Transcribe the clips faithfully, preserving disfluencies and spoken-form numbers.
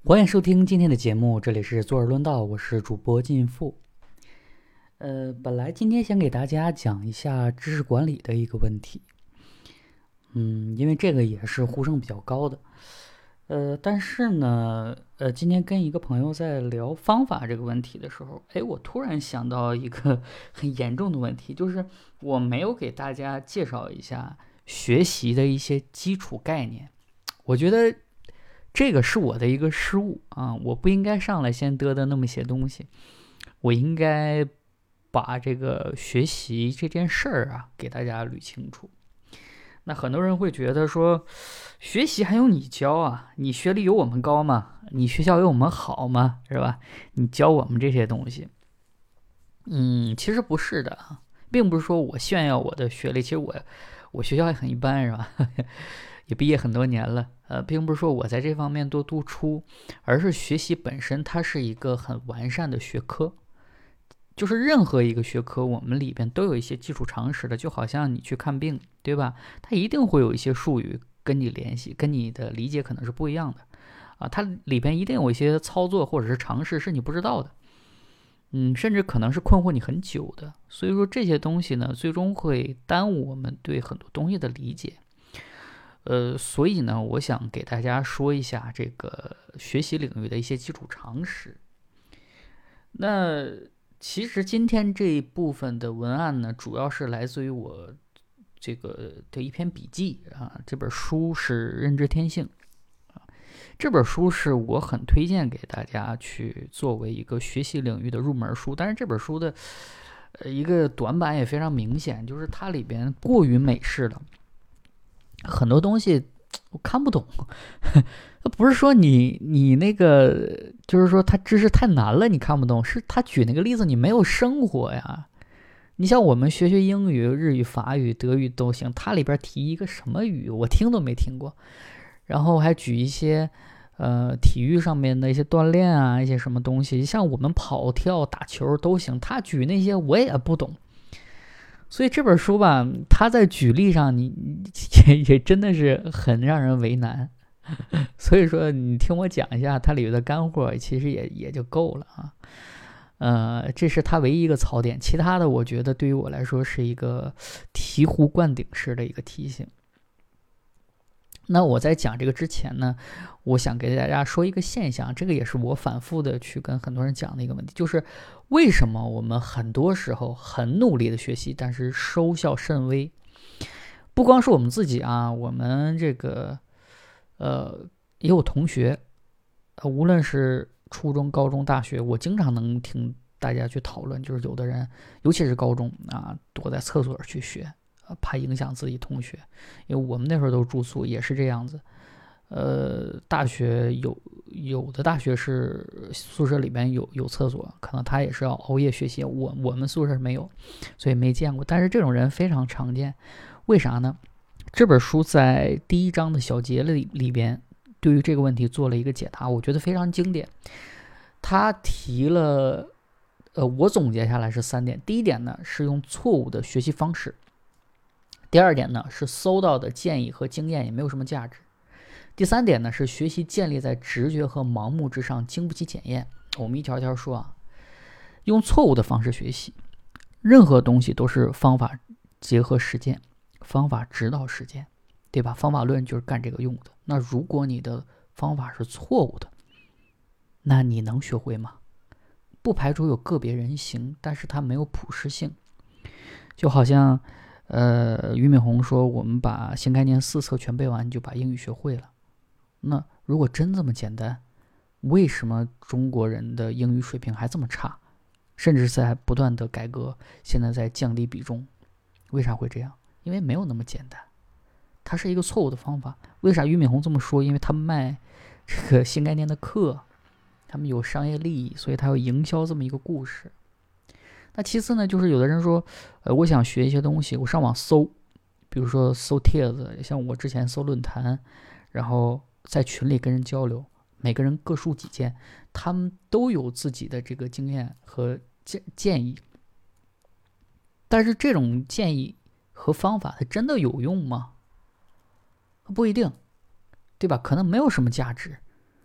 欢迎收听今天的节目，这里是坐而论道，我是主播进富。呃，本来今天想给大家讲一下知识管理的一个问题，嗯，因为这个也是呼声比较高的。呃，但是呢，呃，今天跟一个朋友在聊方法这个问题的时候，哎，我突然想到一个很严重的问题，就是我没有给大家介绍一下学习的一些基础概念。我觉得这个是我的一个失误啊，我不应该上来先嘚嘚那么些东西，我应该把这个学习这件事儿啊给大家捋清楚。那很多人会觉得说，学习还用你教啊？你学历有我们高吗？你学校有我们好吗？是吧？你教我们这些东西，嗯，其实不是的啊，并不是说我炫耀我的学历，其实我我学校也很一般，是吧？也毕业很多年了，呃，并不是说我在这方面多突出，而是学习本身它是一个很完善的学科。就是任何一个学科，我们里边都有一些基础常识的，就好像你去看病，对吧？它一定会有一些术语跟你联系，跟你的理解可能是不一样的啊。它里边一定有一些操作或者是常识是你不知道的，嗯，甚至可能是困惑你很久的。所以说这些东西呢，最终会耽误我们对很多东西的理解。呃，所以呢，我想给大家说一下这个学习领域的一些基础常识。那其实今天这一部分的文案呢，主要是来自于我这个的一篇笔记啊。这本书是《认知天性》啊，这本书是我很推荐给大家去作为一个学习领域的入门书。但是这本书的呃一个短板也非常明显，就是它里边过于美式了，很多东西我看不懂。不是说你你那个，就是说他知识太难了你看不懂，是他举那个例子你没有生活呀。你像我们学学英语、日语、法语、德语都行，它里边提一个什么语我听都没听过，然后还举一些呃体育上面的一些锻炼啊，一些什么东西，像我们跑跳打球都行，他举那些我也不懂。所以这本书吧，他在举例上你也也真的是很让人为难。所以说你听我讲一下它里面的干货，其实也也就够了啊。呃，这是它唯一一个槽点，其他的我觉得对于我来说是一个醍醐灌顶式的一个提醒。那我在讲这个之前呢，我想给大家说一个现象，这个也是我反复的去跟很多人讲的一个问题，就是为什么我们很多时候很努力的学习，但是收效甚微。不光是我们自己啊，我们这个呃也有同学，呃，无论是初中、高中、大学，我经常能听大家去讨论，就是有的人，尤其是高中啊，躲在厕所去学，呃，怕影响自己同学。因为我们那时候都住宿，也是这样子。呃，大学有有的大学是宿舍里面有有厕所，可能他也是要熬夜学习。我我们宿舍没有，所以没见过。但是这种人非常常见，为啥呢？这本书在第一章的小节里里边，对于这个问题做了一个解答，我觉得非常经典。他提了，呃，我总结下来是三点。第一点呢，是用错误的学习方式；第二点呢，是搜到的建议和经验也没有什么价值；第三点呢，是学习建立在直觉和盲目之上，经不起检验。我们一条条说啊，用错误的方式学习，任何东西都是方法结合实践，方法指导实践，对吧？方法论就是干这个用的。那如果你的方法是错误的，那你能学会吗？不排除有个别人行，但是它没有普适性。就好像呃，俞敏洪说我们把新概念四册全背完就把英语学会了。那如果真这么简单，为什么中国人的英语水平还这么差，甚至在不断的改革，现在在降低比重？为啥会这样？因为没有那么简单，它是一个错误的方法。为啥俞敏洪这么说？因为他们卖这个新概念的课，他们有商业利益，所以他要营销这么一个故事。那其次呢，就是有的人说，呃，我想学一些东西，我上网搜，比如说搜帖子，像我之前搜论坛，然后在群里跟人交流，每个人各抒己见，他们都有自己的这个经验和建议。但是这种建议和方法，它真的有用吗？不一定，对吧？可能没有什么价值。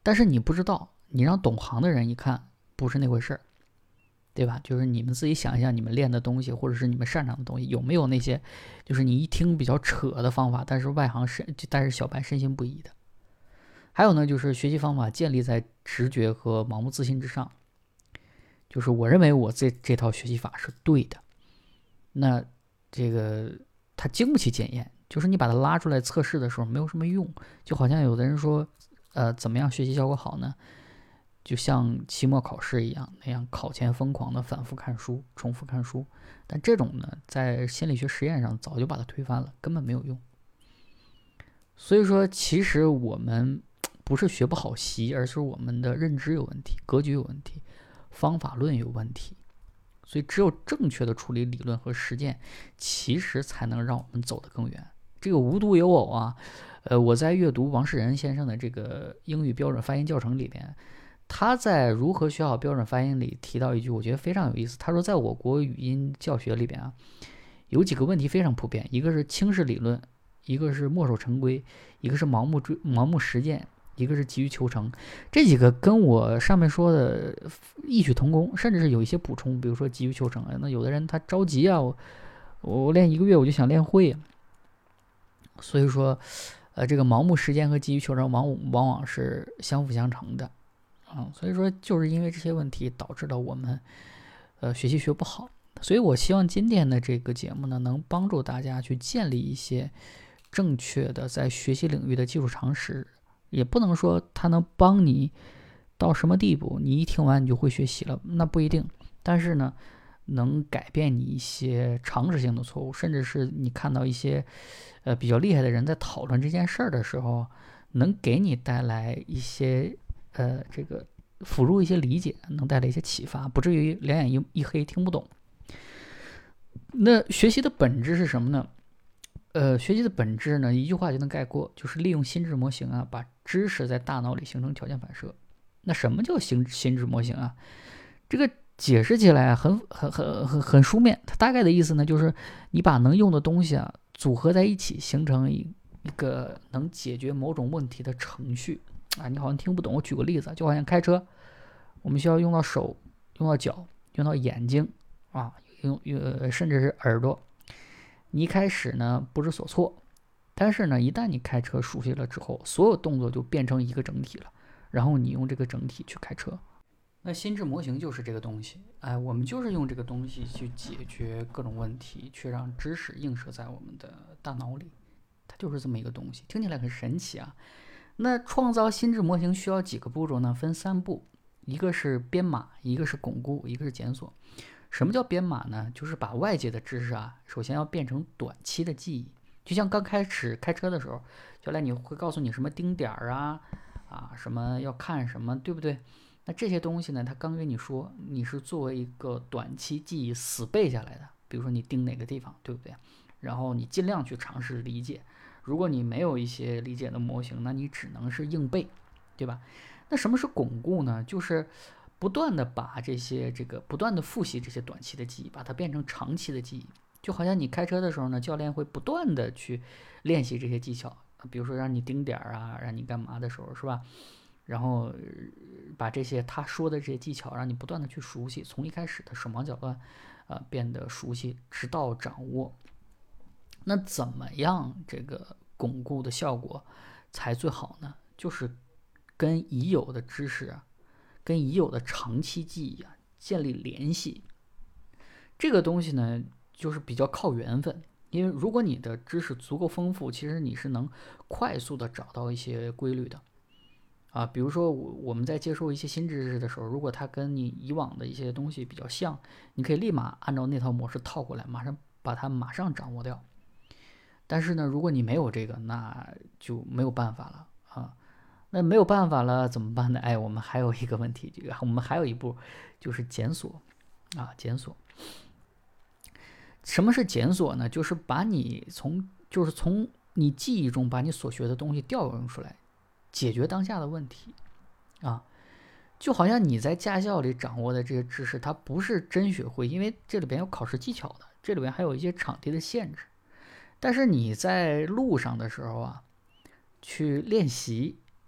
但是你不知道，你让懂行的人一看不是那回事儿，对吧？就是你们自己想一下，你们练的东西或者是你们擅长的东西有没有那些就是你一听比较扯的方法，但是外行深但是小白深信不疑的。还有呢，就是学习方法建立在直觉和盲目自信之上，就是我认为我这这套学习法是对的，那这个它经不起检验，就是你把它拉出来测试的时候没有什么用。就好像有的人说呃，怎么样学习效果好呢？就像期末考试一样，那样考前疯狂的反复看书，重复看书。但这种呢，在心理学实验上早就把它推翻了，根本没有用。所以说，其实我们不是学不好习，而是我们的认知有问题，格局有问题，方法论有问题。所以只有正确的处理理论和实践，其实才能让我们走得更远。这个无独有偶啊，呃，我在阅读王世仁先生的这个英语标准发音教程里边，他在如何学好标准发音里提到一句，我觉得非常有意思。他说，在我国语音教学里边啊，有几个问题非常普遍，一个是轻视理论，一个是墨守成规，一个是盲目追盲目实践，一个是急于求成。这几个跟我上面说的异曲同工，甚至是有一些补充。比如说急于求成，那有的人他着急啊，我我练一个月我就想练会啊。所以说，呃，这个盲目实践和急于求成往往往是相辅相成的啊。所以说，就是因为这些问题导致了我们呃学习学不好。所以我希望今天的这个节目呢，能帮助大家去建立一些正确的在学习领域的基础常识。也不能说它能帮你到什么地步，你一听完你就会学习了，那不一定。但是呢，能改变你一些常识性的错误，甚至是你看到一些呃比较厉害的人在讨论这件事儿的时候，能给你带来一些呃这个辅助一些理解，能带来一些启发，不至于两眼一一黑听不懂。那学习的本质是什么呢？呃，学习的本质呢，一句话就能概括，就是利用心智模型啊，把知识在大脑里形成条件反射。那什么叫心心智模型啊？这个解释起来很很很很很书面，它大概的意思呢，就是你把能用的东西啊组合在一起，形成一一个能解决某种问题的程序啊。你好像听不懂，我举个例子，就好像开车，我们需要用到手、用到脚、用到眼睛啊，用用甚至是耳朵。你一开始呢不知所措，但是呢，一旦你开车熟悉了之后，所有动作就变成一个整体了，然后你用这个整体去开车。那心智模型就是这个东西，哎，我们就是用这个东西去解决各种问题，去让知识映射在我们的大脑里，它就是这么一个东西，听起来很神奇啊。那创造心智模型需要几个步骤呢？分三步，一个是编码，一个是巩固，一个是检索。什么叫编码呢？就是把外界的知识啊，首先要变成短期的记忆。就像刚开始开车的时候，教练你会告诉你什么盯点啊，啊什么要看什么，对不对？那这些东西呢，他刚跟你说，你是作为一个短期记忆死背下来的。比如说你盯哪个地方，对不对？然后你尽量去尝试理解。如果你没有一些理解的模型，那你只能是硬背，对吧？那什么是巩固呢？就是不断的把这些这个不断的复习这些短期的记忆，把它变成长期的记忆。就好像你开车的时候呢，教练会不断的去练习这些技巧，比如说让你盯点啊，让你干嘛的时候，是吧？然后把这些他说的这些技巧，让你不断的去熟悉，从一开始的手忙脚乱，呃，变得熟悉，直到掌握。那怎么样这个巩固的效果才最好呢？就是跟已有的知识啊，跟已有的长期记忆啊建立联系。这个东西呢，就是比较靠缘分。因为如果你的知识足够丰富，其实你是能快速的找到一些规律的。啊，比如说我们在接受一些新知识的时候，如果它跟你以往的一些东西比较像，你可以立马按照那套模式套过来，马上把它马上掌握掉。但是呢，如果你没有这个，那就没有办法了啊。那没有办法了怎么办呢？哎，我们还有一个问题，这个我们还有一步就是检索啊，检索。什么是检索呢？就是把你从就是从你记忆中把你所学的东西调用出来，解决当下的问题啊。就好像你在驾校里掌握的这些知识，它不是真学会，因为这里边有考试技巧的，这里边还有一些场地的限制。但是你在路上的时候啊，去练习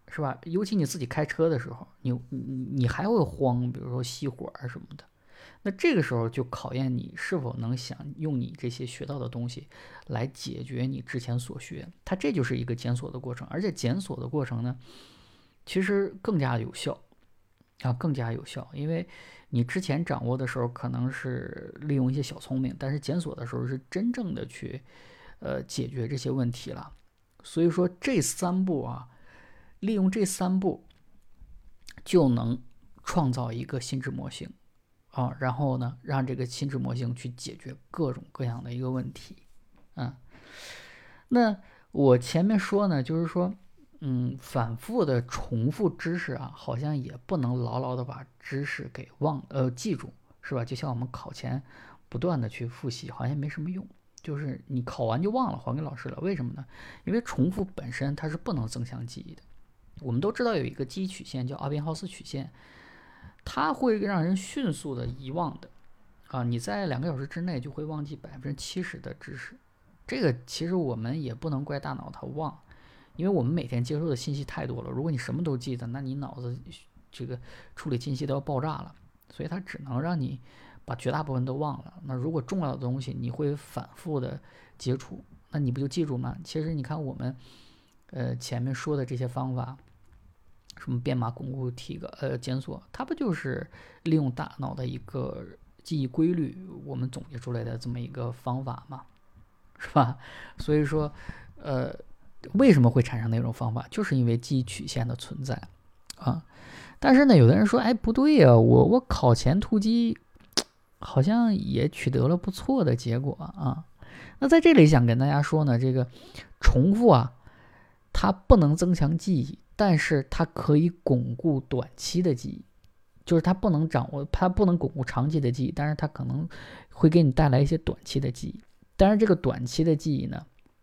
是吧？尤其你自己开车的时候，你你你还会慌，比如说熄火啊什么的。那这个时候就考验你是否能想用你这些学到的东西来解决你之前所学。它这就是一个检索的过程，而且检索的过程呢，其实更加有效啊，更加有效，因为你之前掌握的时候可能是利用一些小聪明，但是检索的时候是真正的去呃解决这些问题了。所以说这三步啊。利用这三步就能创造一个心智模型啊，然后呢，让这个心智模型去解决各种各样的一个问题。嗯，那我前面说呢，就是说，嗯，反复的重复知识啊，好像也不能牢牢的把知识给忘呃记住，是吧？就像我们考前不断的去复习，好像没什么用。就是你考完就忘了，还给老师了。为什么呢？因为重复本身它是不能增强记忆的。我们都知道有一个记忆曲线叫阿宾浩斯曲线，它会让人迅速的遗忘的啊！你在两个小时之内就会忘记百分之七十的知识。这个其实我们也不能怪大脑它忘，因为我们每天接受的信息太多了。如果你什么都记得，那你脑子这个处理信息都要爆炸了。所以它只能让你把绝大部分都忘了。那如果重要的东西你会反复的接触，那你不就记住吗？其实你看我们呃前面说的这些方法。什么编码、巩固、提个呃检索，它不就是利用大脑的一个记忆规律，我们总结出来的这么一个方法嘛，是吧？所以说，呃，为什么会产生那种方法，就是因为记忆曲线的存在啊。但是呢，有的人说，哎，不对呀、啊，我我考前突击好像也取得了不错的结果啊。那在这里想跟大家说呢，这个重复啊，它不能增强记忆。但是它可以巩固短期的记忆，就是它不能掌握，它不能巩固长期的记忆，但是它可能会给你带来一些短期的记忆。但是这个短期的记忆呢，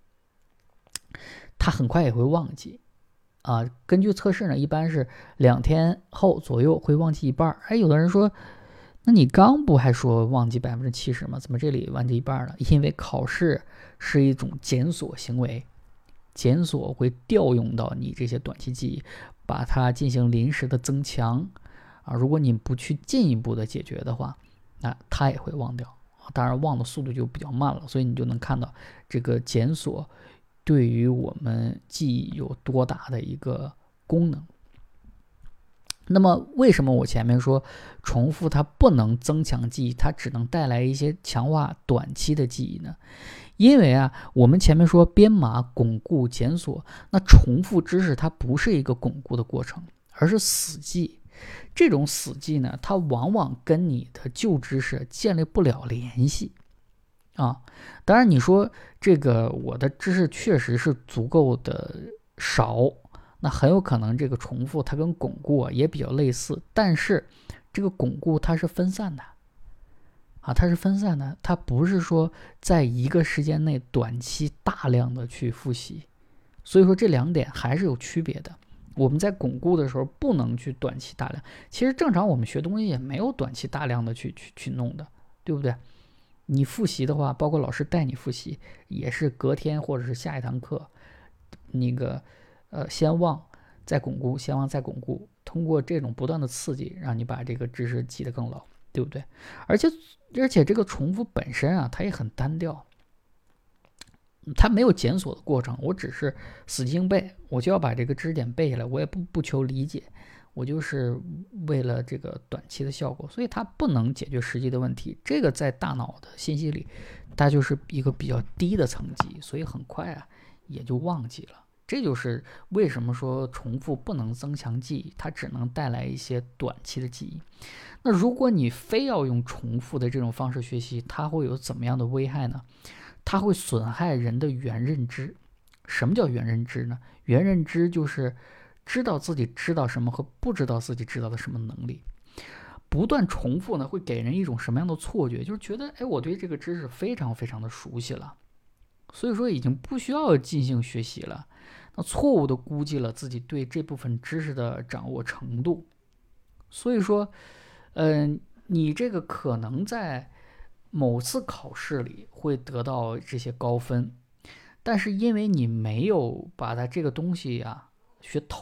它很快也会忘记啊。根据测试呢，一般是两天后左右会忘记一半。哎，有的人说，那你刚不还说忘记百分之七十吗？怎么这里忘记一半了？因为考试是一种检索行为。检索会调用到你这些短期记忆，把它进行临时的增强啊。如果你不去进一步的解决的话，那它也会忘掉。当然，忘的速度就比较慢了。所以你就能看到这个检索对于我们记忆有多大的一个功能。那么，为什么我前面说重复它不能增强记忆，它只能带来一些强化短期的记忆呢？因为啊，我们前面说编码、巩固、检索，那重复知识它不是一个巩固的过程，而是死记。这种死记呢，它往往跟你的旧知识建立不了联系啊。当然，你说这个我的知识确实是足够的少，那很有可能这个重复它跟巩固啊也比较类似，但是这个巩固它是分散的。啊，它是分散的，它不是说在一个时间内短期大量的去复习，所以说这两点还是有区别的。我们在巩固的时候不能去短期大量，其实正常我们学东西也没有短期大量的去去去弄的，对不对？你复习的话，包括老师带你复习，也是隔天或者是下一堂课，那个呃先忘再巩固，先忘再巩固，通过这种不断的刺激，让你把这个知识记得更牢。对不对？而且而且这个重复本身啊，它也很单调，它没有检索的过程。我只是死记硬背，我就要把这个知识点背下来，我也不不求理解，我就是为了这个短期的效果，所以它不能解决实际的问题。这个在大脑的信息里，它就是一个比较低的层级，所以很快啊也就忘记了。这就是为什么说重复不能增强记忆，它只能带来一些短期的记忆。那如果你非要用重复的这种方式学习，它会有怎么样的危害呢？它会损害人的原认知。什么叫原认知呢？原认知就是知道自己知道什么和不知道自己知道的什么能力。不断重复呢，会给人一种什么样的错觉？就是觉得，哎，我对这个知识非常非常的熟悉了，所以说已经不需要进行学习了。那错误的估计了自己对这部分知识的掌握程度。所以说，嗯、呃，你这个可能在某次考试里会得到这些高分，但是因为你没有把它这个东西啊学透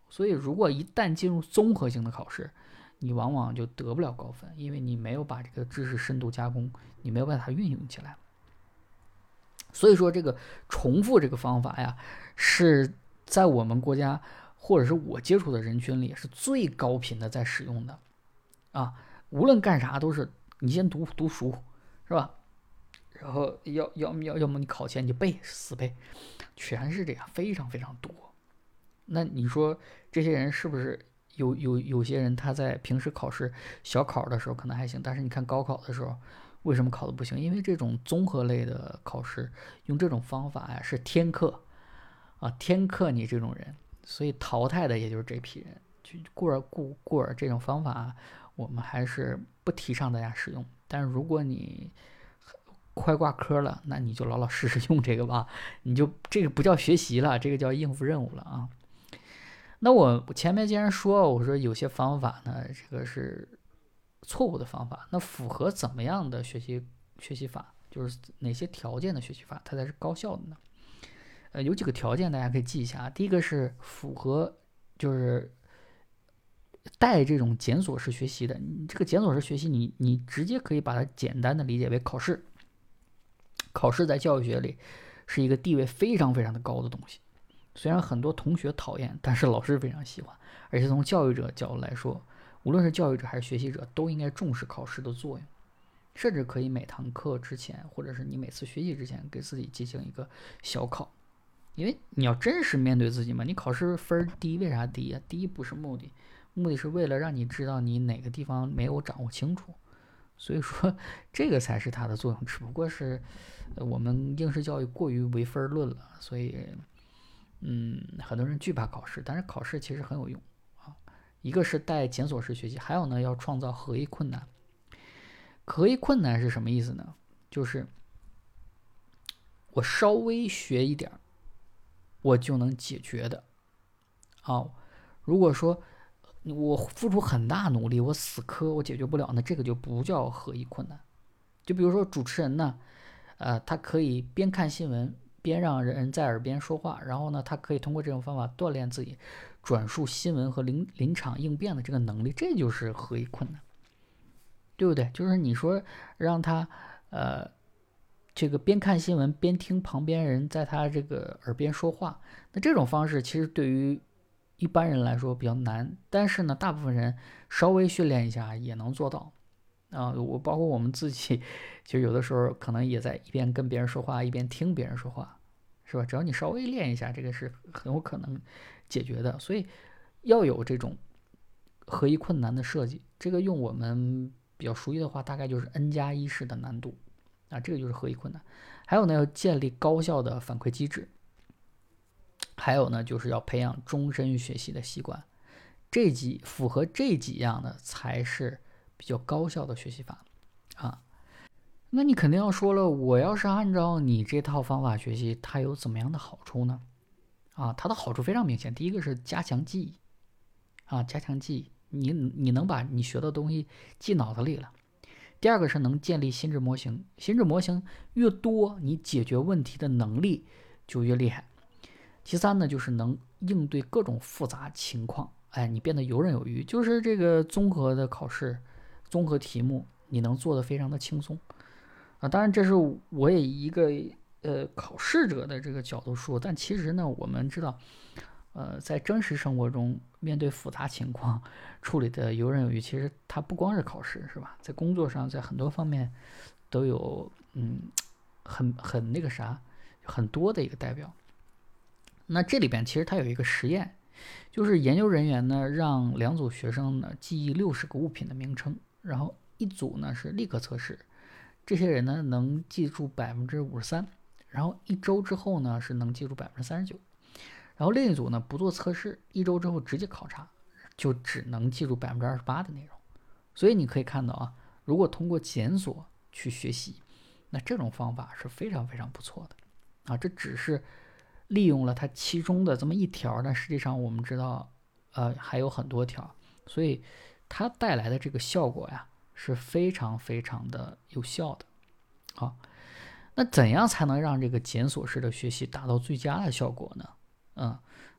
所以如果一旦进入综合性的考试，你往往就得不了高分，因为你没有把这个知识深度加工，你没有把它运用起来。所以说这个重复这个方法呀，是在我们国家或者是我接触的人群里是最高频的在使用的啊。无论干啥都是你先读读书，是吧？然后要要要要么你考前你就背死背，全是这样，非常非常多。那你说这些人是不是有有有些人他在平时考试小考的时候可能还行，但是你看高考的时候为什么考的不行？因为这种综合类的考试用这种方法呀是天课啊，天课你这种人，所以淘汰的也就是这批人。就故而故故而这种方法我们还是不提倡大家使用。但是如果你快挂科了，那你就老老实实用这个吧，你就这个不叫学习了，这个叫应付任务了啊。那我前面既然说我说有些方法呢，这个是错误的方法，那符合怎么样的学习学习法，就是哪些条件的学习法它才是高效的呢？呃，有几个条件大家可以记一下。第一个是符合，就是带这种检索式学习的。你这个检索式学习你，你你直接可以把它简单的理解为考试。考试在教育学里是一个地位非常非常的高的东西，虽然很多同学讨厌，但是老师非常喜欢。而且从教育者角度来说，无论是教育者还是学习者，都应该重视考试的作用，甚至可以每堂课之前，或者是你每次学习之前，给自己进行一个小考。因为你要真实面对自己嘛，你考试分低，为啥低啊？低不是目的，目的是为了让你知道你哪个地方没有掌握清楚。所以说这个才是它的作用，只不过是我们应试教育过于唯分论了，所以嗯，很多人惧怕考试，但是考试其实很有用啊。一个是带检索式学习，还有呢要创造合一困难。合一困难是什么意思呢？就是我稍微学一点我就能解决的啊。如果说我付出很大努力，我死磕我解决不了，那这个就不叫合一困难。就比如说主持人呢，呃，他可以边看新闻边让人在耳边说话，然后呢，他可以通过这种方法锻炼自己转述新闻和临临场应变的这个能力，这就是合一困难，对不对？就是你说让他呃这个边看新闻边听旁边人在他这个耳边说话，那这种方式其实对于一般人来说比较难，但是呢，大部分人稍微训练一下也能做到啊。我包括我们自己，就有的时候可能也在一边跟别人说话，一边听别人说话，是吧？只要你稍微练一下，这个是很有可能解决的。所以要有这种合一困难的设计，这个用我们比较熟悉的话，大概就是 n 加一式的难度啊，这个就是合一困难。还有呢，要建立高效的反馈机制。还有呢，就是要培养终身学习的习惯，这几符合这几样的才是比较高效的学习法啊。那你肯定要说了，我要是按照你这套方法学习，它有怎么样的好处呢？啊，它的好处非常明显，第一个是加强记忆啊，加强记忆，你你能把你学的东西记脑子里了。第二个是能建立心智模型，心智模型越多，你解决问题的能力就越厉害。其三呢，就是能应对各种复杂情况，哎，你变得游刃有余，就是这个综合的考试，综合题目你能做得非常的轻松啊。当然，这是我也一个呃考试者的这个角度说，但其实呢，我们知道，呃，在真实生活中面对复杂情况处理的游刃有余，其实它不光是考试，是吧？在工作上，在很多方面都有嗯很很那个啥很多的一个代表。那这里边其实它有一个实验，就是研究人员呢让两组学生呢记忆六十个物品的名称，然后一组呢是立刻测试，这些人呢能记住百分之五十三，然后一周之后呢是能记住百分之三十九，然后另一组呢不做测试，一周之后直接考察，就只能记住百分之二十八的内容。所以你可以看到啊，如果通过检索去学习，那这种方法是非常非常不错的啊。这只是利用了它其中的这么一条，但实际上我们知道，呃，还有很多条，所以它带来的这个效果呀是非常非常的有效的。好，那怎样才能让这个检索式的学习达到最佳的效果呢？嗯，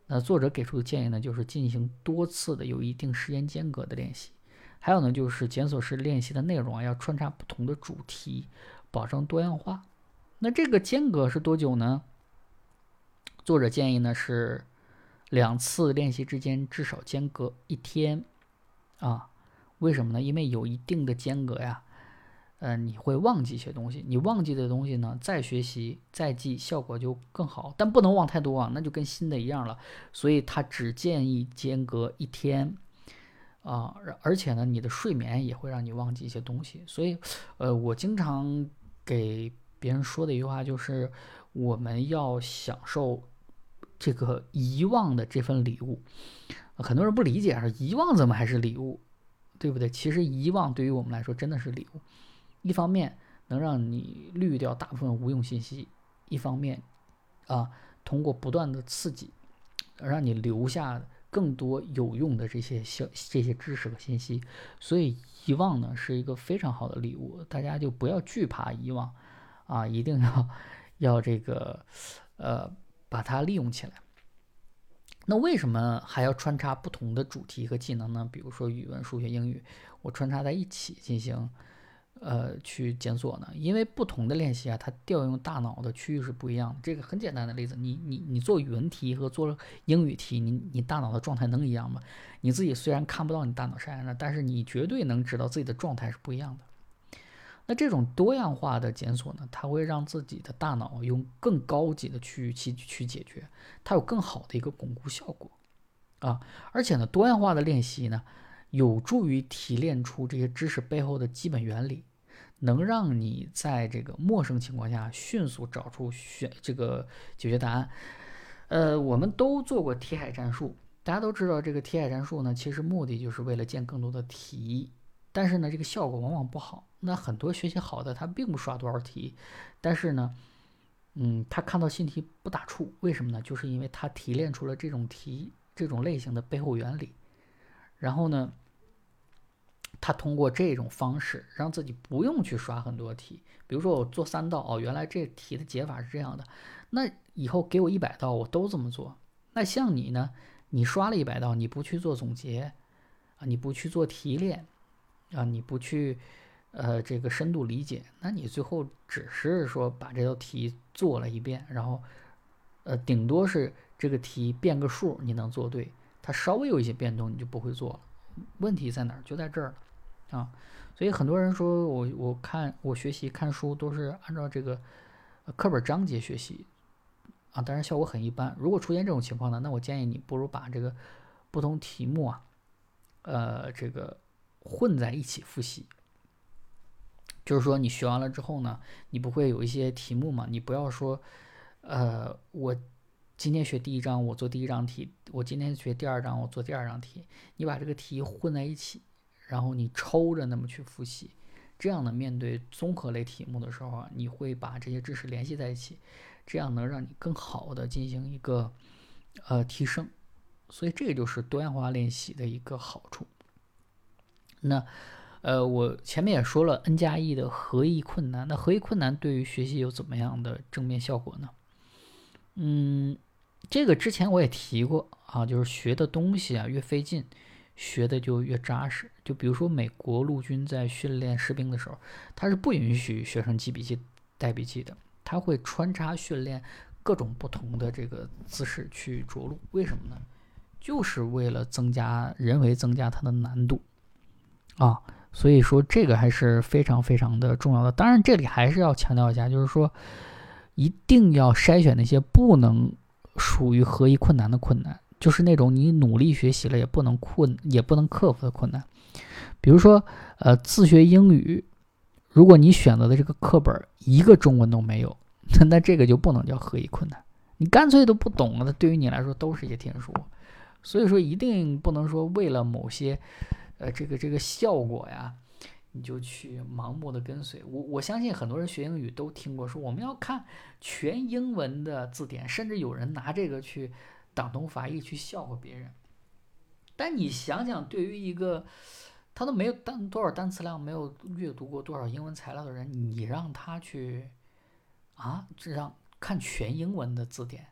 那作者给出的建议呢，就是进行多次的有一定时间间隔的练习。还有呢，就是检索式练习的内容啊，要穿插不同的主题，保证多样化。那这个间隔是多久呢？作者建议呢是两次练习之间至少间隔一天啊。为什么呢？因为有一定的间隔呀，呃，你会忘记一些东西，你忘记的东西呢，再学习再记，效果就更好。但不能忘太多啊，那就跟新的一样了。所以他只建议间隔一天啊，而且呢，你的睡眠也会让你忘记一些东西。所以，呃，我经常给别人说的一句话就是，我们要享受这个遗忘的这份礼物。很多人不理解啊，遗忘怎么还是礼物，对不对？其实遗忘对于我们来说真的是礼物。一方面能让你滤掉大部分无用信息，一方面啊，通过不断的刺激，让你留下更多有用的这些小这些知识和信息。所以遗忘呢是一个非常好的礼物，大家就不要惧怕遗忘啊，一定要要这个呃把它利用起来。那为什么还要穿插不同的主题和技能呢？比如说语文、数学、英语，我穿插在一起进行呃去检索呢？因为不同的练习啊，它调用大脑的区域是不一样的。这个很简单的例子，你你你做语文题和做英语题，你你大脑的状态能一样吗？你自己虽然看不到你大脑是啥样的，但是你绝对能知道自己的状态是不一样的。那这种多样化的检索呢，它会让自己的大脑用更高级的区域去去解决，它有更好的一个巩固效果啊。而且呢，多样化的练习呢，有助于提炼出这些知识背后的基本原理，能让你在这个陌生情况下迅速找出选这个解决答案。呃，我们都做过题海战术，大家都知道这个题海战术呢，其实目的就是为了建更多的题。但是呢，这个效果往往不好。那很多学习好的，他并不刷多少题，但是呢，嗯，他看到新题不打怵，为什么呢？就是因为他提炼出了这种题、这种类型的背后原理，然后呢，他通过这种方式让自己不用去刷很多题。比如说我做三道，哦，原来这题的解法是这样的，那以后给我一百道，我都这么做。那像你呢，你刷了一百道，你不去做总结啊，你不去做提炼。啊，你不去，呃，这个深度理解，那你最后只是说把这道题做了一遍，然后，呃，顶多是这个题变个数，你能做对，它稍微有一些变动，你就不会做了。问题在哪儿？就在这儿了啊！所以很多人说我我看我学习看书都是按照这个课本章节学习啊，当然效果很一般。如果出现这种情况呢，那我建议你不如把这个不同题目啊，呃，这个。混在一起复习，就是说你学完了之后呢，你不会有一些题目嘛？你不要说，呃，我今天学第一章，我做第一章题；我今天学第二章，我做第二章题。你把这个题混在一起，然后你抽着那么去复习，这样呢，面对综合类题目的时候啊，你会把这些知识联系在一起，这样能让你更好的进行一个呃提升。所以这个就是多样化练习的一个好处。那，呃，我前面也说了 N 加一的合一困难，那合一困难对于学习有怎么样的正面效果呢？嗯，这个之前我也提过啊，就是学的东西啊越费劲，学的就越扎实。就比如说美国陆军在训练士兵的时候，他是不允许学生记笔记、带笔记的，他会穿插训练各种不同的这个姿势去着陆。为什么呢？就是为了增加人为增加它的难度。啊，所以说这个还是非常非常的重要的。当然，这里还是要强调一下，就是说，一定要筛选那些不能属于合一困难的困难，就是那种你努力学习了也不能困也不能克服的困难。比如说，呃，自学英语，如果你选择的这个课本一个中文都没有，那这个就不能叫合一困难，你干脆都不懂了，对于你来说都是一些天书。所以说，一定不能说为了某些。呃，这个这个效果呀，你就去盲目的跟随。我我相信很多人学英语都听过说我们要看全英文的字典，甚至有人拿这个去党同伐异，去笑话别人。但你想想，对于一个他都没有单多少单词量，没有阅读过多少英文材料的人，你让他去啊，这让看全英文的字典，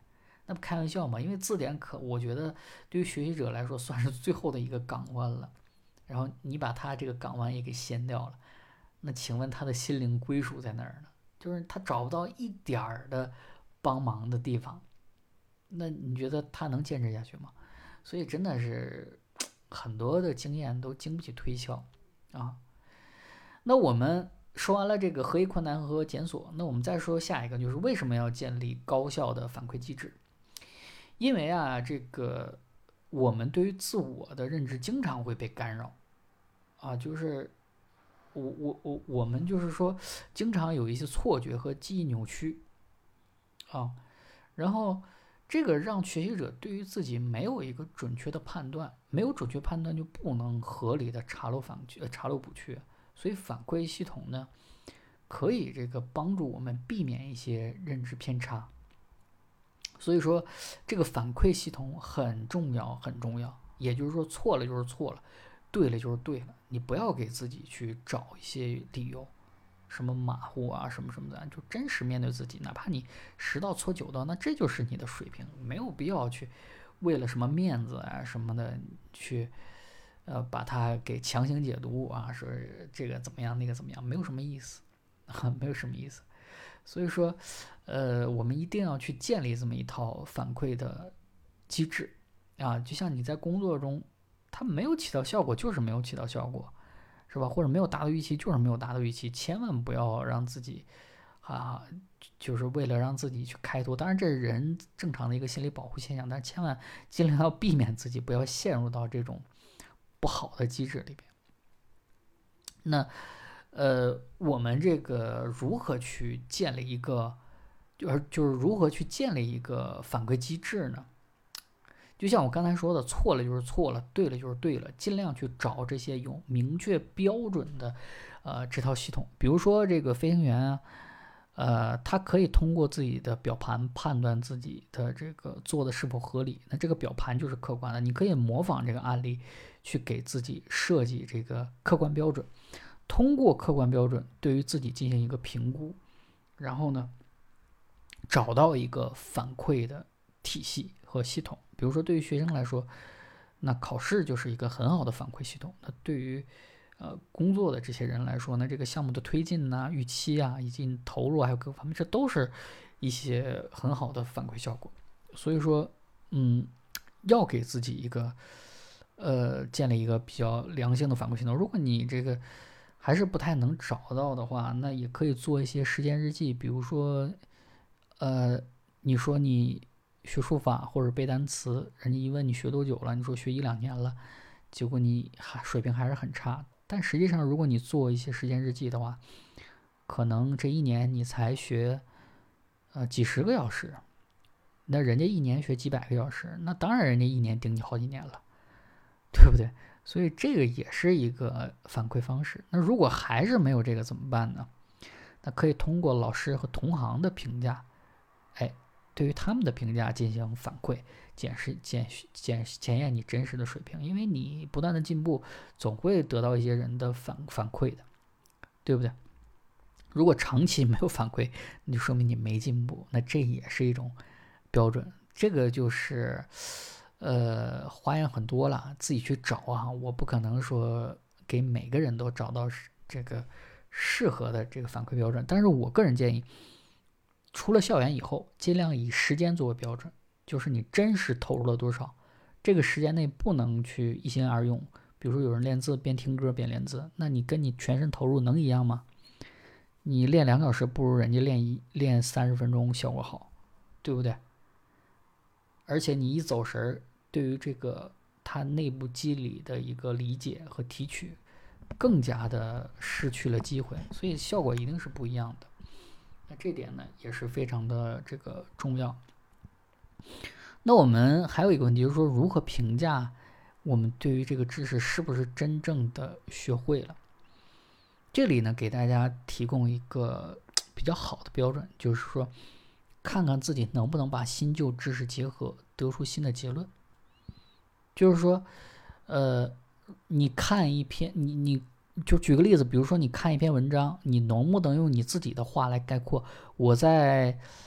那不开玩笑嘛？因为字典可，我觉得对于学习者来说算是最后的一个港湾了。然后你把他这个港湾也给掀掉了，那请问他的心灵归属在哪儿呢？就是他找不到一点儿的帮忙的地方，那你觉得他能坚持下去吗？所以真的是很多的经验都经不起推敲啊。那我们说完了这个合一困难和检索，那我们再说下一个，就是为什么要建立高效的反馈机制？因为啊，这个我们对于自我的认知经常会被干扰啊，就是我我我我们就是说，经常有一些错觉和记忆扭曲啊，然后这个让学习者对于自己没有一个准确的判断，没有准确判断就不能合理的查漏反缺、查漏补缺，所以反馈系统呢，可以这个帮助我们避免一些认知偏差。所以说，这个反馈系统很重要，很重要。也就是说，错了就是错了，对了就是对了。你不要给自己去找一些理由，什么马虎啊，什么什么的，就真实面对自己。哪怕你十道错九道，那这就是你的水平，没有必要去为了什么面子啊什么的去，呃，把它给强行解读啊，说这个怎么样，那个怎么样，没有什么意思，啊，没有什么意思。所以说，呃，我们一定要去建立这么一套反馈的机制啊，就像你在工作中，它没有起到效果，就是没有起到效果，是吧？或者没有达到预期，就是没有达到预期，千万不要让自己啊，就是为了让自己去开脱。当然，这是人正常的一个心理保护现象，但是千万尽量要避免自己不要陷入到这种不好的机制里边。那。呃，我们这个如何去建立一个，就是就是如何去建立一个反馈机制呢？就像我刚才说的，错了就是错了，对了就是对了，尽量去找这些有明确标准的，呃，这套系统。比如说这个飞行员啊，呃，他可以通过自己的表盘判断自己的这个做的是否合理。那这个表盘就是客观的，你可以模仿这个案例，去给自己设计这个客观标准。通过客观标准对于自己进行一个评估，然后呢，找到一个反馈的体系和系统。比如说，对于学生来说，那考试就是一个很好的反馈系统。那对于呃工作的这些人来说呢，这个项目的推进呐、啊、预期啊，以及投入还有各方面，这都是一些很好的反馈效果。所以说，嗯，要给自己一个呃建立一个比较良性的反馈系统。如果你这个还是不太能找到的话，那也可以做一些时间日记。比如说，呃，你说你学书法或者背单词，人家一问你学多久了，你说学一两年了，结果你还水平还是很差。但实际上，如果你做一些时间日记的话，可能这一年你才学呃几十个小时，那人家一年学几百个小时，那当然人家一年顶你好几年了，对不对？所以这个也是一个反馈方式。那如果还是没有这个怎么办呢？那可以通过老师和同行的评价，哎，对于他们的评价进行反馈，检视检检检验你真实的水平。因为你不断的进步，总会得到一些人的反反馈的，对不对？如果长期没有反馈，那就说明你没进步，那这也是一种标准。这个就是。呃，花样很多了，自己去找啊！我不可能说给每个人都找到这个适合的这个反馈标准，但是我个人建议，出了校园以后，尽量以时间作为标准，就是你真实投入了多少，这个时间内不能去一心二用。比如说有人练字边听歌边练字，那你跟你全身投入能一样吗？你练两小时不如人家练一练三十分钟效果好，对不对？而且你一走神儿，对于这个它内部机理的一个理解和提取，更加的失去了机会，所以效果一定是不一样的。那这点呢也是非常的这个重要。那我们还有一个问题，就是说如何评价我们对于这个知识是不是真正的学会了？这里呢给大家提供一个比较好的标准，就是说。看看自己能不能把新旧知识结合，得出新的结论。就是说，呃，你看一篇，你你就举个例子，比如说你看一篇文章，你能不能用你自己的话来概括？我在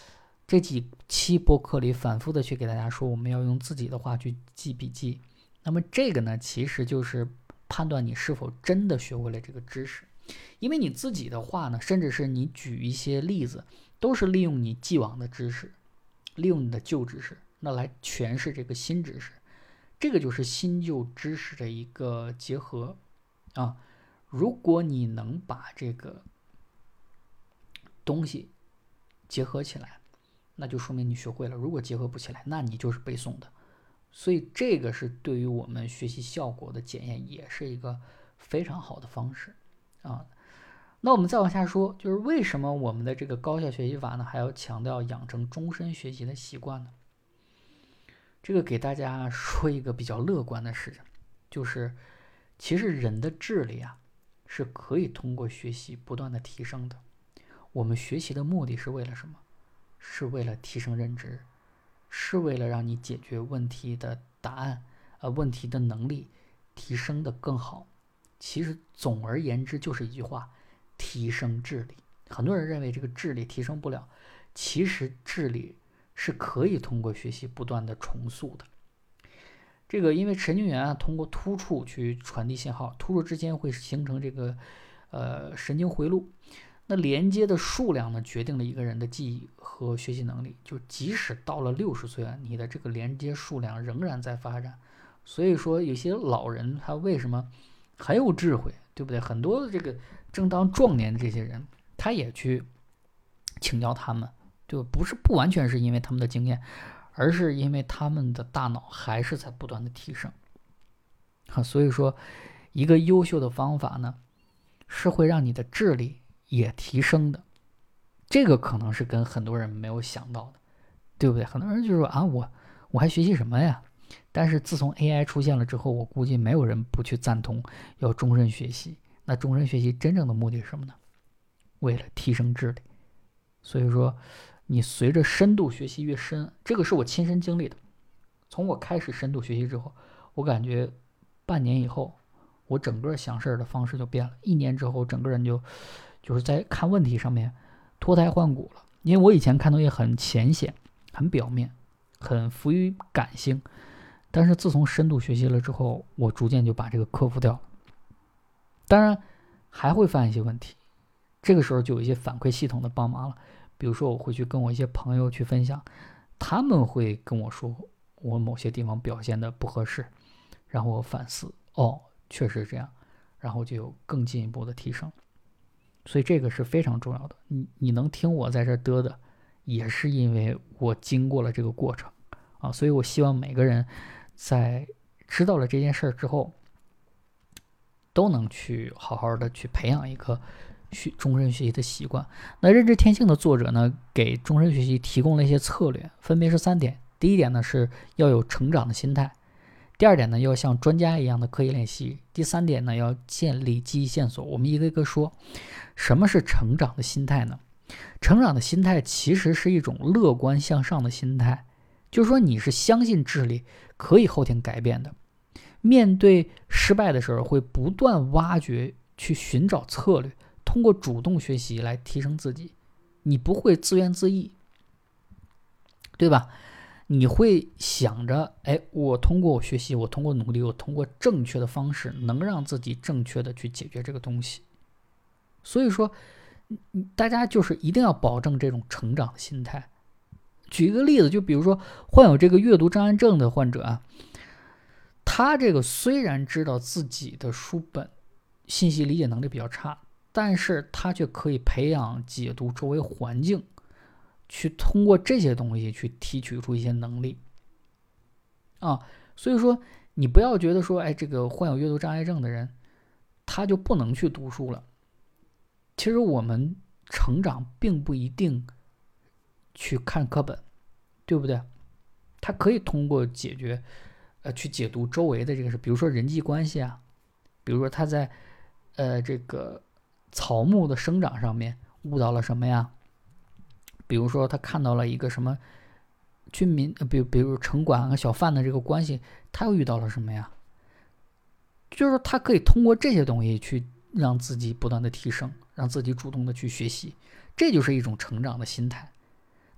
这几期播客里反复的去给大家说，我们要用自己的话去记笔记。那么这个呢，其实就是判断你是否真的学会了这个知识。因为你自己的话呢，甚至是你举一些例子，都是利用你既往的知识，利用你的旧知识，那来诠释这个新知识。这个就是新旧知识的一个结合啊。如果你能把这个东西结合起来，那就说明你学会了。如果结合不起来，那你就是背诵的。所以这个是对于我们学习效果的检验，也是一个非常好的方式啊。那我们再往下说，就是为什么我们的这个高效学习法呢，还要强调养成终身学习的习惯呢？这个给大家说一个比较乐观的事情，就是其实人的智力啊是可以通过学习不断的提升的。我们学习的目的是为了什么？是为了提升认知，是为了让你解决问题的答案，呃，问题的能力提升的更好。其实总而言之就是一句话，提升智力。很多人认为这个智力提升不了，其实智力是可以通过学习不断的重塑的。这个因为神经元啊通过突触去传递信号，突触之间会形成这个呃神经回路，那连接的数量呢决定了一个人的记忆和学习能力。就即使到了六十岁啊，你的这个连接数量仍然在发展。所以说有些老人他为什么很有智慧，对不对？很多的这个正当壮年的这些人，他也去请教他们，对吧？不是不完全是因为他们的经验，而是因为他们的大脑还是在不断的提升。所以说一个优秀的方法呢，是会让你的智力也提升的。这个可能是跟很多人没有想到的，对不对？很多人就说啊，我我还学习什么呀？但是自从 A I 出现了之后，我估计没有人不去赞同要终身学习。那终身学习真正的目的是什么呢？为了提升智力。所以说你随着深度学习越深，这个是我亲身经历的。从我开始深度学习之后，我感觉半年以后我整个想事儿的方式就变了，一年之后整个人就就是在看问题上面脱胎换骨了。因为我以前看东西很浅显，很表面，很浮于感性，但是自从深度学习了之后，我逐渐就把这个克服掉了。当然还会犯一些问题，这个时候就有一些反馈系统的帮忙了。比如说我会去跟我一些朋友去分享，他们会跟我说我某些地方表现的不合适，然后我反思，哦，确实这样，然后就有更进一步的提升。所以这个是非常重要的。你你能听我在这嘚的，也是因为我经过了这个过程啊。所以我希望每个人在知道了这件事之后，都能去好好的去培养一个学终身学习的习惯。那认知天性的作者呢，给终身学习提供了一些策略，分别是三点。第一点呢，是要有成长的心态；第二点呢，要像专家一样的刻意练习；第三点呢，要建立记忆线索。我们一个一个说。什么是成长的心态呢？成长的心态其实是一种乐观向上的心态，就是说你是相信智力可以后天改变的，面对失败的时候会不断挖掘，去寻找策略，通过主动学习来提升自己。你不会自怨自艾，对吧？你会想着，哎，我通过我学习，我通过努力，我通过正确的方式，能让自己正确的去解决这个东西。所以说大家就是一定要保证这种成长的心态。举一个例子，就比如说患有这个阅读障碍症的患者啊，他这个虽然知道自己的书本信息理解能力比较差，但是他却可以培养解读周围环境，去通过这些东西去提取出一些能力啊。所以说你不要觉得说，哎，这个患有阅读障碍症的人他就不能去读书了。其实我们成长并不一定去看课本，对不对？他可以通过解决呃去解读周围的这个事，比如说人际关系啊，比如说他在呃这个草木的生长上面悟到了什么呀？比如说他看到了一个什么军民，比如比如城管和小贩的这个关系，他又遇到了什么呀？就是说他可以通过这些东西去让自己不断的提升，让自己主动的去学习，这就是一种成长的心态。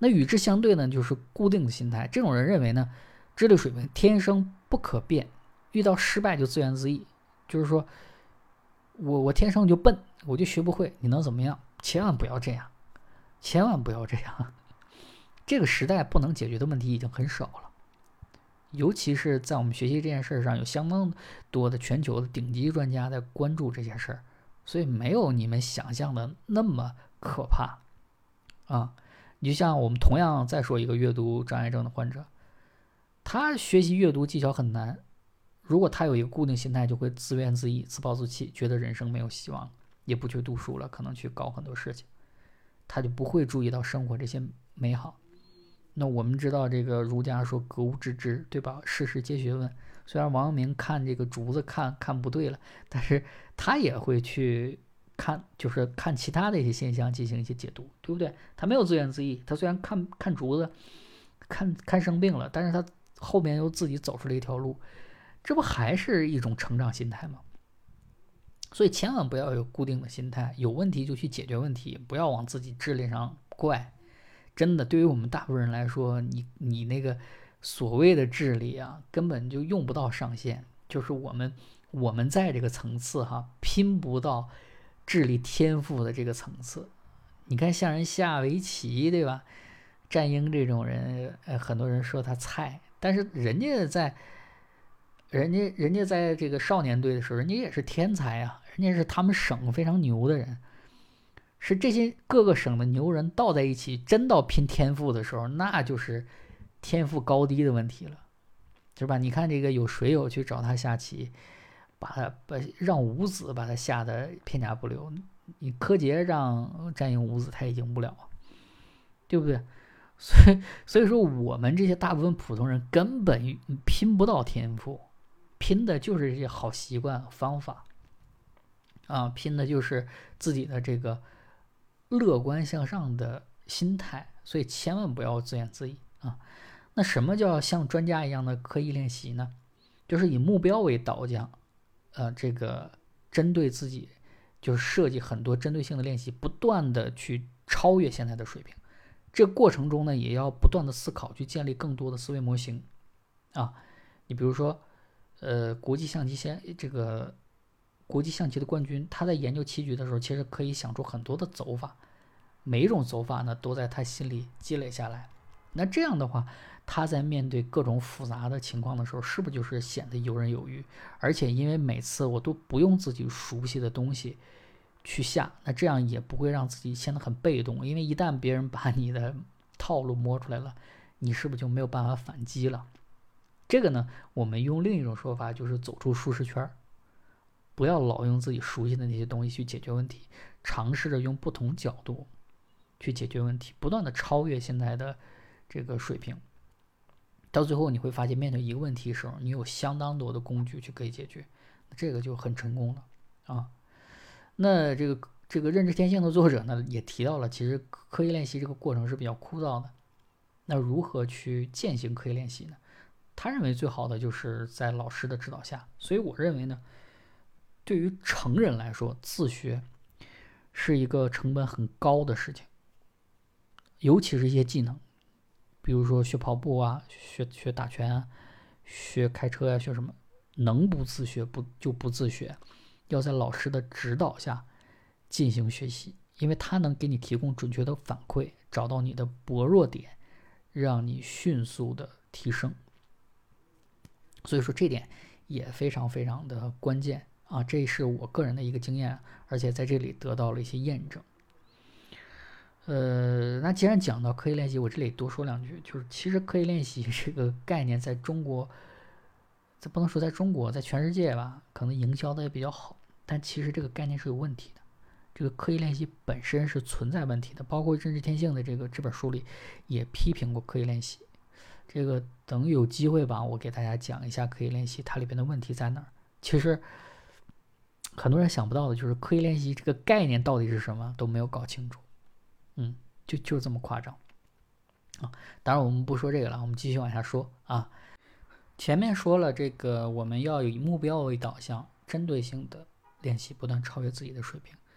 那与之相对呢，就是固定的心态。这种人认为呢，智力水平天生不可变，遇到失败就自怨自艾，就是说我我天生就笨，我就学不会，你能怎么样？千万不要这样，千万不要这样。这个时代不能解决的问题已经很少了，尤其是在我们学习这件事上，有相当多的全球的顶级专家在关注这件事儿，所以没有你们想象的那么可怕啊。你就像我们同样再说一个阅读障碍症的患者，他学习阅读技巧很难，如果他有一个固定心态，就会自怨自艾、自暴自弃，觉得人生没有希望，也不去读书了，可能去搞很多事情，他就不会注意到生活这些美好。那我们知道这个儒家说格物致知，对吧？事事皆学问。虽然王阳明看这个竹子看看不对了，但是他也会去看，就是看其他的一些现象进行一些解读，对不对？他没有自怨自艾，他虽然看看竹子看看生病了，但是他后面又自己走出了一条路，这不还是一种成长心态吗？所以千万不要有固定的心态，有问题就去解决问题，不要往自己智力上怪。真的，对于我们大部分人来说，你你那个所谓的智力啊，根本就用不到上限。就是我们我们在这个层次哈，拼不到智力天赋的这个层次。你看，像人下围棋，对吧？战英这种人，呃，很多人说他菜，但是人家在，人家人家在这个少年队的时候，人家也是天才啊，人家是他们省非常牛的人。是这些各个省的牛人倒在一起，真到拼天赋的时候，那就是天赋高低的问题了，是吧？你看这个有水友去找他下棋，把他把让五子把他下的片甲不留，你柯洁让战赢五子他也赢不了，对不对？所以所以说我们这些大部分普通人根本拼不到天赋，拼的就是这些好习惯方法啊，拼的就是自己的这个乐观向上的心态，所以千万不要自怨自艾啊。那什么叫像专家一样的刻意练习呢？就是以目标为导向，呃，这个针对自己，就是设计很多针对性的练习，不断的去超越现在的水平。这个过程中呢，也要不断的思考，去建立更多的思维模型啊。你比如说，呃，国际象棋先这个。国际象棋的冠军，他在研究棋局的时候，其实可以想出很多的走法，每一种走法呢，都在他心里积累下来。那这样的话，他在面对各种复杂的情况的时候，是不是就是显得游刃有余？而且因为每次我都不用自己熟悉的东西去下，那这样也不会让自己显得很被动。因为一旦别人把你的套路摸出来了，你是不是就没有办法反击了？这个呢，我们用另一种说法，就是走出舒适圈。不要老用自己熟悉的那些东西去解决问题，尝试着用不同角度去解决问题，不断的超越现在的这个水平。到最后你会发现，面对一个问题的时候，你有相当多的工具去可以解决，这个就很成功了啊。那这个这个认知天性的作者呢，也提到了，其实刻意练习这个过程是比较枯燥的。那如何去践行刻意练习呢？他认为最好的就是在老师的指导下。所以我认为呢，对于成人来说，自学是一个成本很高的事情，尤其是一些技能，比如说学跑步啊，学学打拳啊，学开车呀、啊，学什么，能不自学不就不自学，要在老师的指导下进行学习，因为他能给你提供准确的反馈，找到你的薄弱点，让你迅速的提升。所以说这点也非常非常的关键。啊，这是我个人的一个经验，而且在这里得到了一些验证。呃，那既然讲到刻意练习，我这里多说两句，就是其实刻意练习这个概念在中国，这不能说在中国，在全世界吧，可能营销的也比较好，但其实这个概念是有问题的。这个刻意练习本身是存在问题的，包括《认知天性》的这个这本书里也批评过刻意练习。这个等有机会吧，我给大家讲一下刻意练习它里边的问题在哪儿。其实很多人想不到的就是刻意练习这个概念到底是什么都没有搞清楚，嗯，就就这么夸张啊！当然我们不说这个了，我们继续往下说啊。前面说了，这个我们要以目标为导向，针对性的练习，不断超越自己的水平。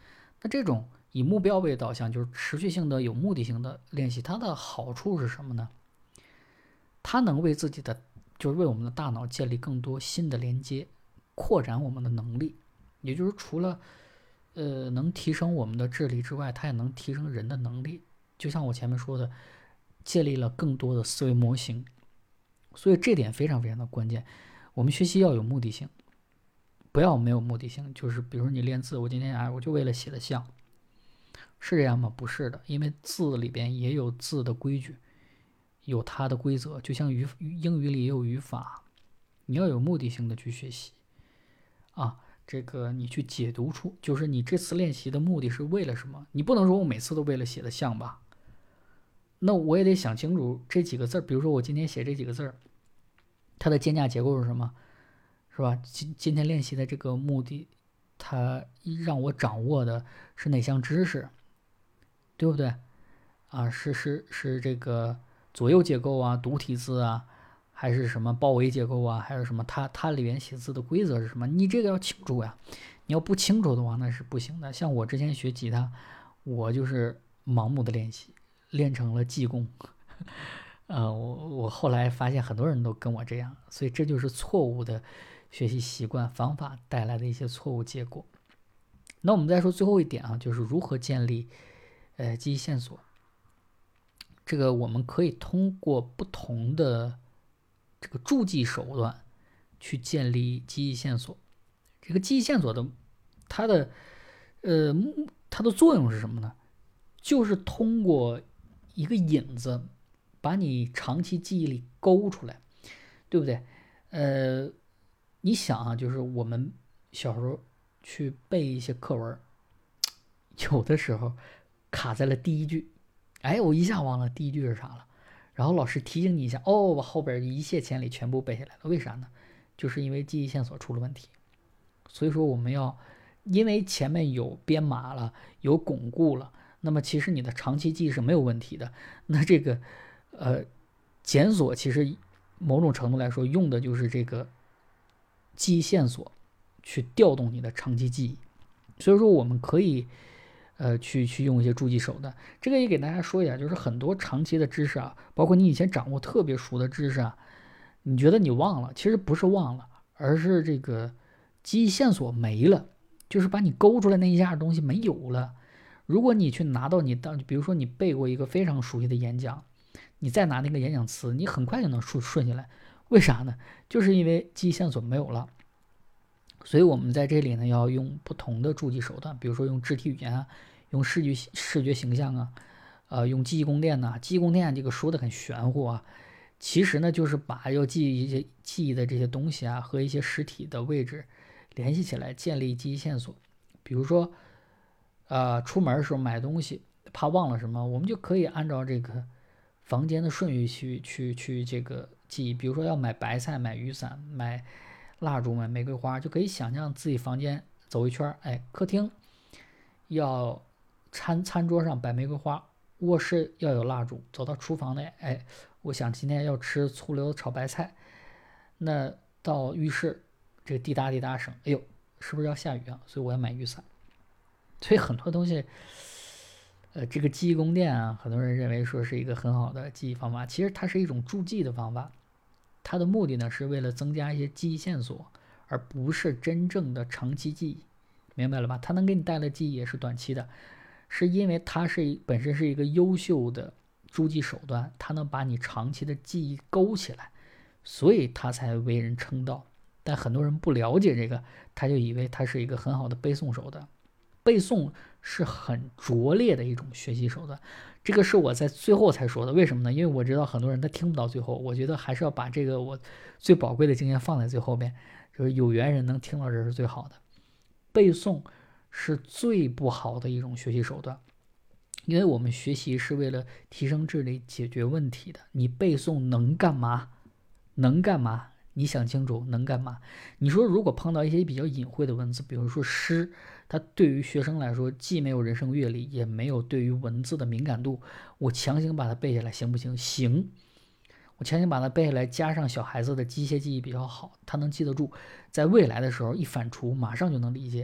那这种以目标为导向，就是持续性的、有目的性的练习，它的好处是什么呢？它能为自己的，就是为我们的大脑建立更多新的连接，扩展我们的能力。也就是除了呃能提升我们的智力之外，它也能提升人的能力。就像我前面说的，建立了更多的思维模型。所以这点非常非常的关键。我们学习要有目的性，不要没有目的性。就是比如说你练字，我今天哎我就为了写的像，是这样吗？不是的，因为字里边也有字的规矩，有它的规则，就像语英语里也有语法，你要有目的性的去学习啊。这个你去解读出，就是你这次练习的目的是为了什么？你不能说我每次都为了写的像吧？那我也得想清楚这几个字，比如说我今天写这几个字，它的间架结构是什么，是吧？今今天练习的这个目的，它让我掌握的是哪项知识，对不对？啊，是是是这个左右结构啊，独体字啊，还是什么包围结构啊，还是什么？它它里面写字的规则是什么？你这个要清楚呀。你要不清楚的话，那是不行的。像我之前学吉他，我就是盲目的练习，练成了技工。呃，我我后来发现很多人都跟我这样，所以这就是错误的学习习惯方法带来的一些错误结果。那我们再说最后一点啊，就是如何建立呃记忆线索。这个我们可以通过不同的这个助记手段去建立记忆线索。这个记忆线索的它的呃它的作用是什么呢？就是通过一个引子把你长期记忆里勾出来，对不对？呃，你想啊，就是我们小时候去背一些课文，有的时候卡在了第一句，哎，我一下忘了第一句是啥了，然后老师提醒你一下，哦，我后边一泻千里全部背下来了，为啥呢？就是因为记忆线索出了问题。所以说我们要，因为前面有编码了，有巩固了，那么其实你的长期记忆是没有问题的。那这个呃检索其实某种程度来说用的就是这个记忆线索去调动你的长期记忆。所以说我们可以呃去去用一些助记手段。这个也给大家说一下，就是很多长期的知识啊，包括你以前掌握特别熟的知识啊，你觉得你忘了，其实不是忘了，而是这个记忆线索没了，就是把你勾出来那一下东西没有了。如果你去拿到你当，比如说你背过一个非常熟悉的演讲，你再拿那个演讲词，你很快就能顺顺下来。为啥呢？就是因为记忆线索没有了。所以我们在这里呢，要用不同的助记手段，比如说用肢体语言啊，用视觉视觉形象啊，呃，用记忆宫殿呐、啊。记忆宫殿这个说的很玄乎啊，其实呢就是把要记忆一些记忆的这些东西啊和一些实体的位置联系起来，建立记忆线索。比如说，呃，出门的时候买东西，怕忘了什么，我们就可以按照这个房间的顺序去去去这个记忆。比如说要买白菜、买雨伞、买蜡烛、买玫瑰花，就可以想象自己房间走一圈，哎，客厅要餐餐桌上摆玫瑰花，卧室要有蜡烛，走到厨房呢，哎，我想今天要吃醋溜炒白菜，那到浴室这个滴答滴答声，哎呦，是不是要下雨啊？所以我要买雨伞。所以很多东西，呃，这个记忆宫殿啊，很多人认为说是一个很好的记忆方法，其实它是一种助记的方法。它的目的呢是为了增加一些记忆线索，而不是真正的长期记忆，明白了吧？它能给你带来记忆也是短期的，是因为它是本身是一个优秀的助记手段，它能把你长期的记忆勾起来，所以它才为人称道。但很多人不了解这个，他就以为它是一个很好的背诵手段。背诵是很拙劣的一种学习手段，这个是我在最后才说的。为什么呢？因为我知道很多人他听不到最后，我觉得还是要把这个我最宝贵的经验放在最后边，就是有缘人能听到这是最好的。背诵是最不好的一种学习手段，因为我们学习是为了提升智力、解决问题的。你背诵能干嘛？能干嘛？你想清楚能干嘛？你说如果碰到一些比较隐晦的文字，比如说诗，它对于学生来说既没有人生阅历，也没有对于文字的敏感度，我强行把它背下来行不行？行，我强行把它背下来，加上小孩子的机械记忆比较好，他能记得住，在未来的时候一反刍马上就能理解。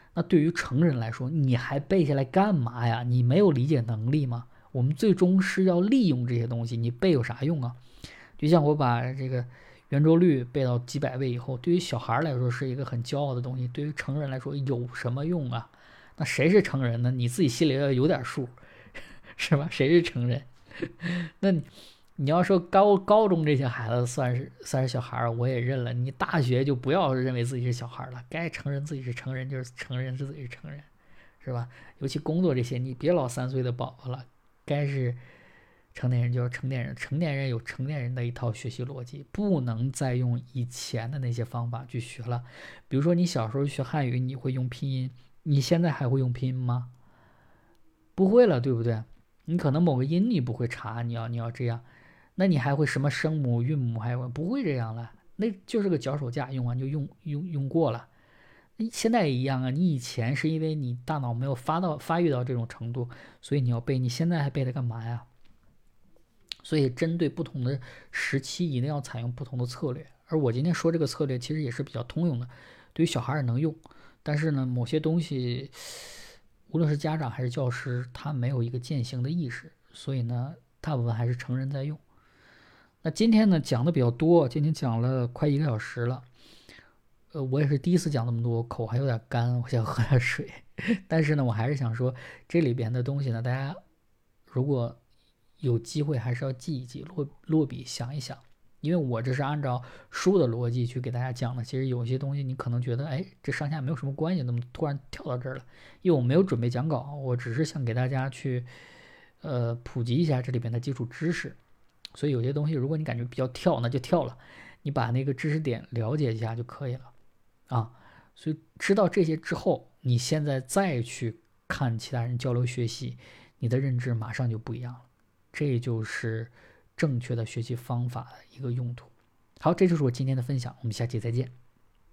那对于成人来说，你还背下来干嘛呀？你没有理解能力吗？我们最终是要利用这些东西，你背有啥用啊？就像我把这个圆周率背到几百倍以后，对于小孩来说是一个很骄傲的东西，对于成人来说有什么用啊？那谁是成人呢？你自己心里要有点数，是吧？谁是成人？那你你要说高高中这些孩子算是算是小孩，我也认了。你大学就不要认为自己是小孩了，该承认自己是成人就是承认自己是成人，是吧？尤其工作这些，你别老三岁的宝宝了，该是成年人就是成年人。成年人有成年人的一套学习逻辑，不能再用以前的那些方法去学了。比如说你小时候学汉语，你会用拼音，你现在还会用拼音吗？不会了，对不对？你可能某个音你不会查，你要你要这样，那你还会什么声母、韵母，还有不会这样了，那就是个脚手架，用完就用用用过了。现在也一样啊，你以前是因为你大脑没有发到发育到这种程度，所以你要背，你现在还背它干嘛呀？所以针对不同的时期，一定要采用不同的策略。而我今天说这个策略其实也是比较通用的，对于小孩也能用，但是呢，某些东西。无论是家长还是教师，他没有一个践行的意识，所以呢，大部分还是成人在用。那今天呢讲的比较多，今天讲了快一个小时了。呃，我也是第一次讲那么多，口还有点干，我想喝点水。但是呢，我还是想说，这里边的东西呢，大家如果有机会，还是要记一记，落落笔想一想。因为我这是按照书的逻辑去给大家讲的，其实有些东西你可能觉得，哎，这上下没有什么关系，怎么突然跳到这儿了？因为我没有准备讲稿，我只是想给大家去，呃，普及一下这里边的基础知识。所以有些东西，如果你感觉比较跳，那就跳了，你把那个知识点了解一下就可以了，啊。所以知道这些之后，你现在再去看其他人交流学习，你的认知马上就不一样了。这就是正确的学习方法的一个用途。好，这就是我今天的分享，我们下期再见。